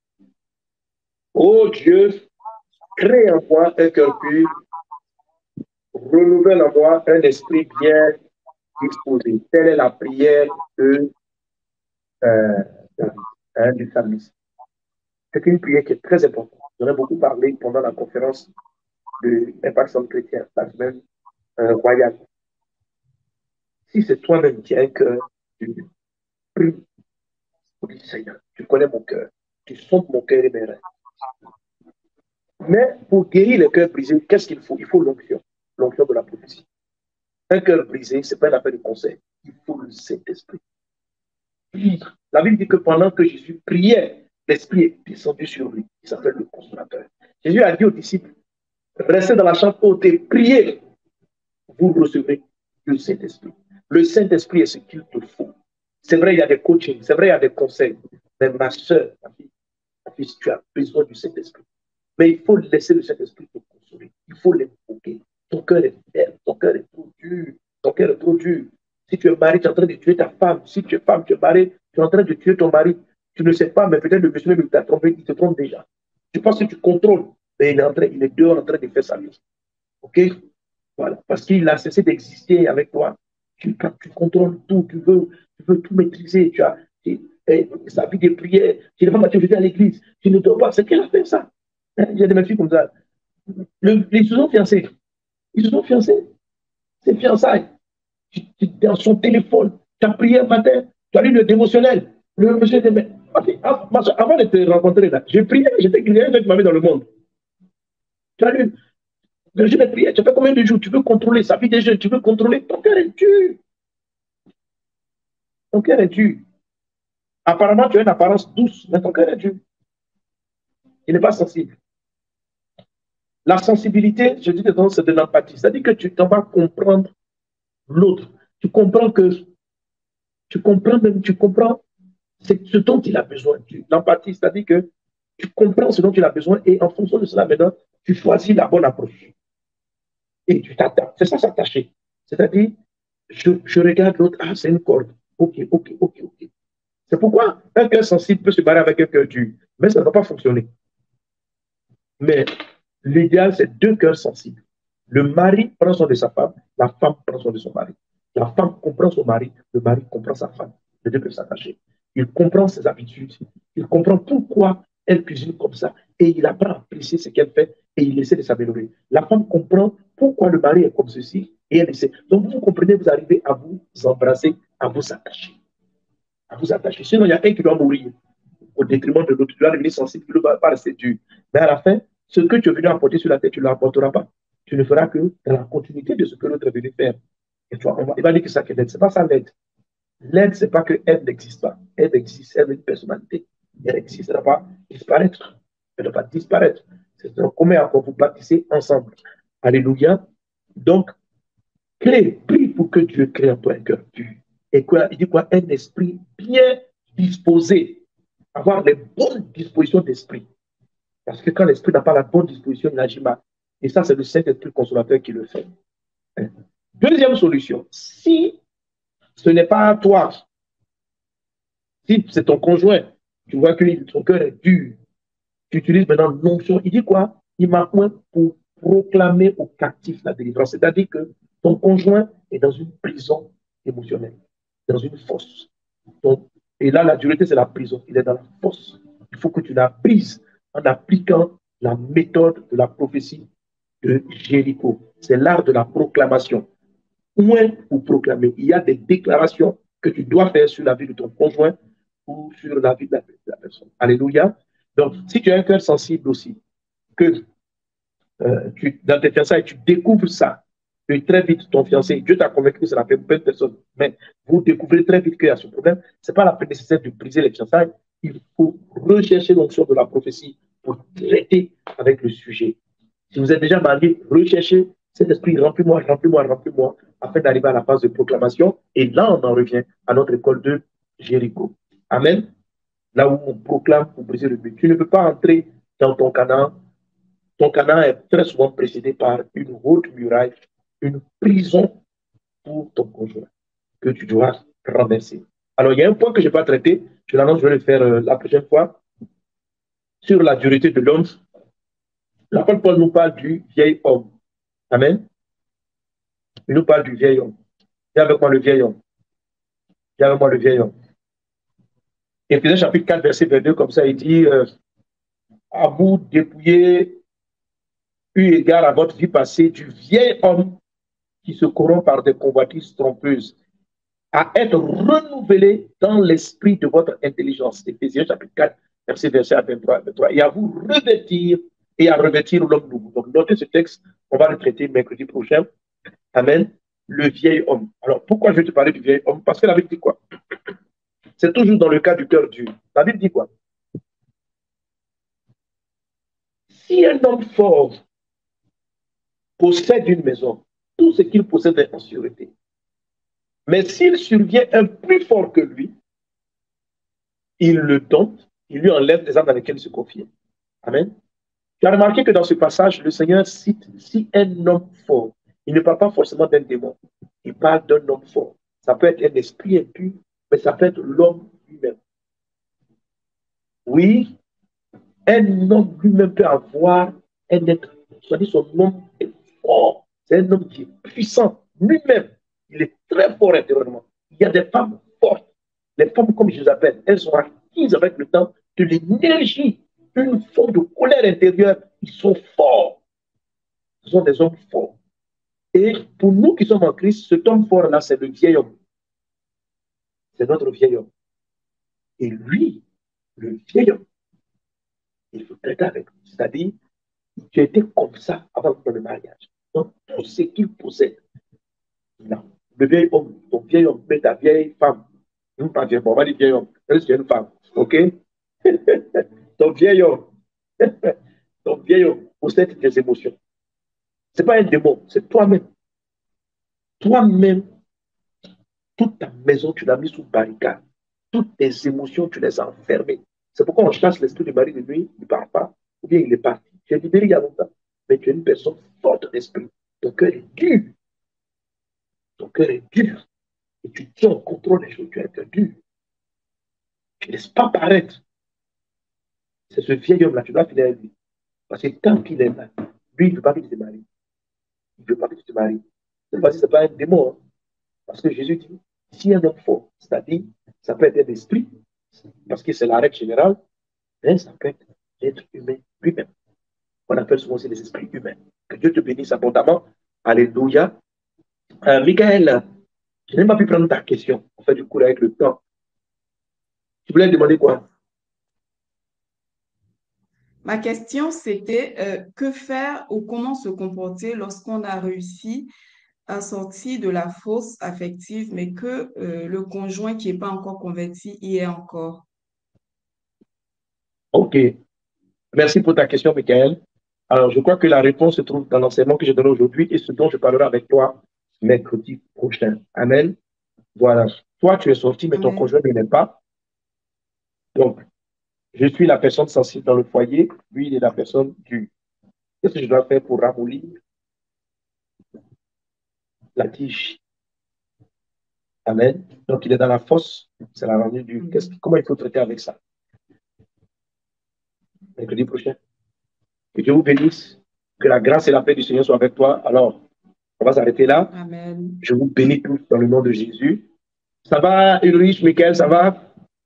Ô Dieu, crée en moi un cœur pur, renouvelle en moi un esprit bien disposé. Telle est la prière de euh, David, hein, du psalmiste. C'est une prière qui est très importante. J'aurais beaucoup parlé pendant la conférence de l'Impact Centre Chrétien, la semaine euh, royale. Si c'est toi-même qui as un cœur, tu pries pour dire Seigneur, tu connais mon cœur, tu sondes mon cœur et mes reins. Mais pour guérir le cœur brisé, qu'est-ce qu'il faut? Il faut l'onction, l'onction de la prophétie. Un cœur brisé, ce n'est pas une affaire de conseil. Il faut le Saint-Esprit. La Bible dit que pendant que Jésus priait, l'Esprit est descendu sur lui. Il s'appelle le consolateur. Jésus a dit aux disciples, restez dans la chambre haute et priez. Vous recevrez le Saint-Esprit. Le Saint-Esprit est ce qu'il te faut. C'est vrai, il y a des coachings, c'est vrai, il y a des conseils. Mais ma soeur, ma fille, ma fille, tu as besoin du Saint-Esprit. Mais il faut laisser le Saint-Esprit te consoler. Il faut l'invoquer. Ton cœur est ferme, ton cœur est trop dur. Ton cœur est trop dur. Si tu es marié, tu es en train de tuer ta femme. Si tu es femme, tu es marié, tu es en train de tuer ton mari. Tu ne sais pas, mais peut-être le monsieur lui t'a trompé, il te trompe déjà. Tu penses que tu contrôles, mais il est, en train, il est dehors en train de faire sa vie. OK? Voilà. Parce qu'il a cessé d'exister avec toi. Tu, tu contrôles tout, tu veux, tu veux tout maîtriser. Tu as et, et, sa vie de prière. Tu n'es pas maturité à l'église. Tu ne dois pas. C'est qu'elle a fait ça. Hein? Il y a des filles comme ça. Le, ils se sont fiancés. Ils se sont fiancés. C'est fiançailles. Tu, tu, dans son téléphone, tu as prié un matin, tu as lu le dévotionnel. Le monsieur dit, mais avant de te rencontrer là, j'ai prié, j'étais client avec ma vie dans le monde. Tu as lu le jeu de prière, tu as fait combien de jours? Tu veux contrôler sa vie des jeunes, tu veux contrôler, ton cœur est dur. Ton cœur est dur. Apparemment, tu as une apparence douce, mais ton cœur est dur. Il n'est pas sensible. La sensibilité, je dis dedans, c'est de l'empathie. C'est-à-dire que tu vas comprendre l'autre. Tu comprends que, tu comprends même, tu comprends ce dont il a besoin. L'empathie, c'est-à-dire que tu comprends ce dont il a besoin et en fonction de cela, maintenant, tu choisis la bonne approche. Et tu t'attaches. C'est ça, s'attacher. C'est-à-dire, je, je regarde l'autre, ah, c'est une corde. Ok, ok, ok, ok. C'est pourquoi un cœur sensible peut se barrer avec un cœur dur, mais ça ne va pas fonctionner. Mais l'idéal, c'est deux cœurs sensibles. Le mari prend soin de sa femme, la femme prend soin de son mari. La femme comprend son mari, le mari comprend sa femme. Les deux peuvent s'attacher. Il comprend ses habitudes, il comprend pourquoi elle cuisine comme ça, et il apprend à apprécier ce qu'elle fait, et il essaie de s'améliorer. La femme comprend pourquoi le mari est comme ceci, et elle essaie. Donc vous comprenez, vous arrivez à vous embrasser, à vous attacher. À vous attacher. Sinon, il y a un qui doit mourir au détriment de l'autre. Tu dois devenir sensible, tu ne vas pas rester dur. Mais à la fin, ce que tu es venu apporter sur la tête, tu ne l'apporteras pas. Tu ne feras que dans la continuité de ce que l'autre est venu faire. Et toi, on va, il va dire que ça, que l'aide. Ce n'est pas ça l'aide. L'aide, ce n'est pas qu'elle n'existe pas. Elle existe, elle a une personnalité. Elle existe, elle ne va pas disparaître. Elle ne va pas disparaître. C'est un commun accord, vous bâtissez ensemble. Alléluia. Donc, crée, prie pour que Dieu crée en toi un cœur pur. Et quoi, il dit quoi? Un esprit bien disposé. Avoir les bonnes dispositions d'esprit. Parce que quand l'esprit n'a pas la bonne disposition, il agit mal. Et ça, c'est le Saint-Esprit consolateur qui le fait. Deuxième solution, si ce n'est pas toi, si c'est ton conjoint, tu vois que son cœur est dur, tu utilises maintenant l'onction. Il dit quoi? Il m'a point pour proclamer aux captifs la délivrance. C'est-à-dire que ton conjoint est dans une prison émotionnelle, dans une fosse. Donc, et là, la dureté, c'est la prison. Il est dans la fosse. Il faut que tu la brises en appliquant la méthode de la prophétie de Jéricho. C'est l'art de la proclamation. Point pour proclamer. Il y a des déclarations que tu dois faire sur la vie de ton conjoint ou sur la vie de la, de la personne. Alléluia. Donc, si tu as un cœur sensible aussi, que euh, tu, dans tes fiançailles, tu découvres ça, que très vite ton fiancé, Dieu t'a convaincu que ça n'a fait plein de personnes, mais vous découvrez très vite qu'il y a ce problème, ce n'est pas la peine nécessaire de briser les fiançailles, il faut rechercher l'onction de la prophétie pour traiter avec le sujet. Si vous êtes déjà marié, recherchez cet esprit, remplis-moi, remplis-moi, remplis-moi, afin d'arriver à la phase de proclamation. Et là, on en revient à notre école de Jéricho. Amen. Là où on proclame pour briser le but. Tu ne peux pas entrer dans ton Canaan. Ton Canaan est très souvent précédé par une haute muraille, une prison pour ton conjoint que tu dois renverser. Alors, il y a un point que je n'ai pas traité. Je l'annonce, je vais le faire euh, la prochaine fois. Sur la dureté de l'homme. L'apôtre Paul nous parle du vieil homme. Amen. Il nous parle du vieil homme. Viens avec moi le vieil homme. Viens avec moi le vieil homme. Éphésiens chapitre quatre, verset vingt-deux, comme ça, il dit euh, à vous dépouiller, eu égard à votre vie passée, du vieil homme qui se corrompt par des convoitises trompeuses, à être renouvelé dans l'esprit de votre intelligence. Éphésiens chapitre quatre, verset, verset vingt-trois, vingt-trois. Et à vous revêtir et à revêtir l'homme nouveau. Donc, notez ce texte, on va le traiter mercredi prochain. Amen. Le vieil homme. Alors, pourquoi je vais te parler du vieil homme? Parce que la Bible dit quoi? C'est toujours dans le cas du cœur dur. La Bible dit quoi? Si un homme fort possède une maison, tout ce qu'il possède est en sûreté. Mais s'il survient un plus fort que lui, il le dompte, il lui enlève les armes dans lesquelles il se confie. Amen. Tu as remarqué que dans ce passage, le Seigneur cite si un homme fort. Il ne parle pas forcément d'un démon. Il parle d'un homme fort. Ça peut être un esprit impur, mais ça peut être l'homme lui-même. Oui, un homme lui-même peut avoir un être, c'est-à-dire son homme est fort. C'est un homme qui est puissant lui-même. Il est très fort intérieurement. Il y a des femmes fortes. Les femmes, comme je les appelle, elles ont acquis avec le temps de l'énergie, une forme de colère intérieure. Ils sont forts. Ce sont des hommes forts. Et pour nous qui sommes en Christ, cet homme fort-là, c'est le vieil homme. C'est notre vieil homme. Et lui, le vieil homme, il faut traiter avec lui. C'est-à-dire, tu as été comme ça avant le mariage. Donc, tout ce qu'il possède, là, le vieil homme, ton vieil homme, mais ta vieille femme, non pas vieille, on va dire vieil homme, c'est une femme, ok? Ton vieil homme, ton vieil homme possède des émotions. Ce n'est pas un démon, c'est toi-même. Toi-même, toute ta maison, tu l'as mis sous barricade. Toutes tes émotions, tu les as enfermées. C'est pourquoi on chasse l'esprit du mari de nuit, il ne part pas, ou bien il est parti. Tu es libéré il y a longtemps, mais tu es une personne forte d'esprit. Ton cœur est dur. Ton cœur est dur. Et tu tiens en contrôle des choses, tu es un cœur dur. Tu ne laisses pas paraître. C'est ce vieil homme-là, tu dois finir avec lui. Parce que tant qu'il est là, lui, il ne veut pas que tu te maries. Il ne veut pas que tu te maries. Cette fois-ci, ce n'est pas un démon. Hein. Parce que Jésus dit, s'il y a un homme fort, c'est-à-dire, ça peut être un esprit, parce que c'est la règle générale, mais ça peut être l'être humain lui-même. On appelle souvent aussi les esprits humains. Que Dieu te bénisse abondamment. Alléluia. Euh, Michael, je n'ai pas pu prendre ta question. On fait du cours avec le temps. Tu voulais demander quoi? Ma question, c'était euh, que faire ou comment se comporter lorsqu'on a réussi à sortir de la fosse affective, mais que euh, le conjoint qui n'est pas encore converti y est encore. Ok. Merci pour ta question, Michael. Alors, je crois que la réponse se trouve dans l'enseignement que j'ai donné aujourd'hui et ce dont je parlerai avec toi mercredi prochain. Amen. Voilà. Toi, tu es sorti, mais ton Amen. conjoint ne l'est pas. Donc, je suis la personne sensible dans le foyer. Lui, il est la personne du. Qu'est-ce que je dois faire pour ramollir la tige? Amen. Donc, il est dans la fosse. C'est la rendue du. Amen. Comment il faut traiter avec ça? Mercredi prochain. Que Dieu vous bénisse. Que la grâce et la paix du Seigneur soient avec toi. Alors, on va s'arrêter là. Amen. Je vous bénis tous dans le nom de Jésus. Ça va, Ulrich, Michael, ça va?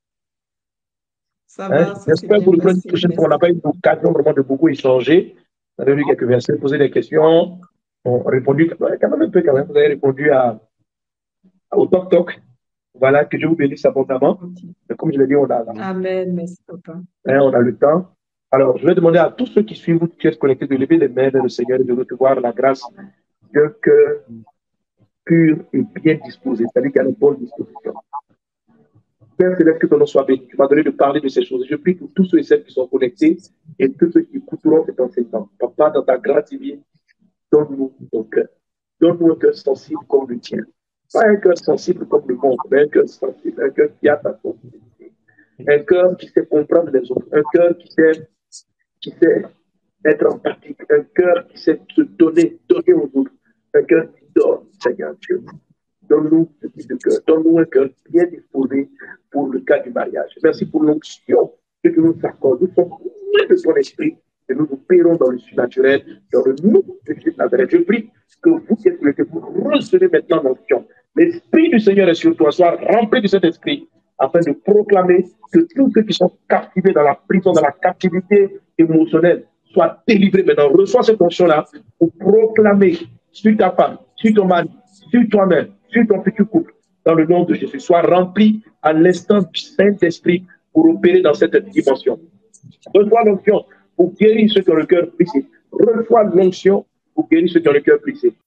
Ça Hein? va, ça c'est J'espère bien pour le passé. prochaine fois, on n'a Merci. pas eu l'occasion vraiment de beaucoup échanger. On avait lu quelques versets, posé des questions. On a répondu quand même un peu quand même. Vous avez répondu à, à- au toc-toc. Voilà, que Dieu vous bénisse abondamment. Ok. Mais comme je l'ai dit, on a, Amen. Merci, papa. hein, on a le temps. Alors, je vais demander à tous ceux qui suivent ou qui êtes connectés de lever les mains vers le Seigneur et de recevoir la grâce d'un cœur pur et bien disposé, c'est-à-dire qu'il y a une bonne disposition. Père céleste, que ton nom soit béni. Tu m'as donné de parler de ces choses. Je prie pour tous ceux et celles qui sont connectés et tous ceux qui écouteront cet enseignement. Papa, dans ta grâce divine, donne-nous ton cœur. Donne-nous un cœur sensible comme le tien. Pas un cœur sensible comme le monde, mais un cœur sensible, un cœur qui a ta sensibilité. Un cœur qui sait comprendre les autres. Un cœur qui sait, qui sait être empathique. Un cœur qui sait se donner, donner aux autres. Un cœur qui donne, Seigneur Dieu. Donne-nous ce type de cœur. Donne-nous un cœur bien disposé pour le cas du mariage. Merci pour l'onction que tu nous accordes. Nous sommes pleins de ton esprit et nous nous paierons dans le surnaturel, dans le nom de Jésus de Nazareth. Je prie que vous qui êtes connectés, vous recevez maintenant l'onction. L'esprit du Seigneur est sur toi. Sois rempli de cet esprit afin de proclamer que tous ceux qui sont captivés dans la prison, dans la captivité émotionnelle, soient délivrés maintenant. Reçois cette onction-là pour proclamer sur ta femme, sur ton mari, sur toi-même, sur ton futur couple, dans le nom de Jésus. Sois rempli à l'instant du Saint-Esprit pour opérer dans cette dimension. Reçois l'onction pour guérir ceux qui ont le cœur brisé. Reçois l'onction pour guérir ceux qui ont le cœur brisé.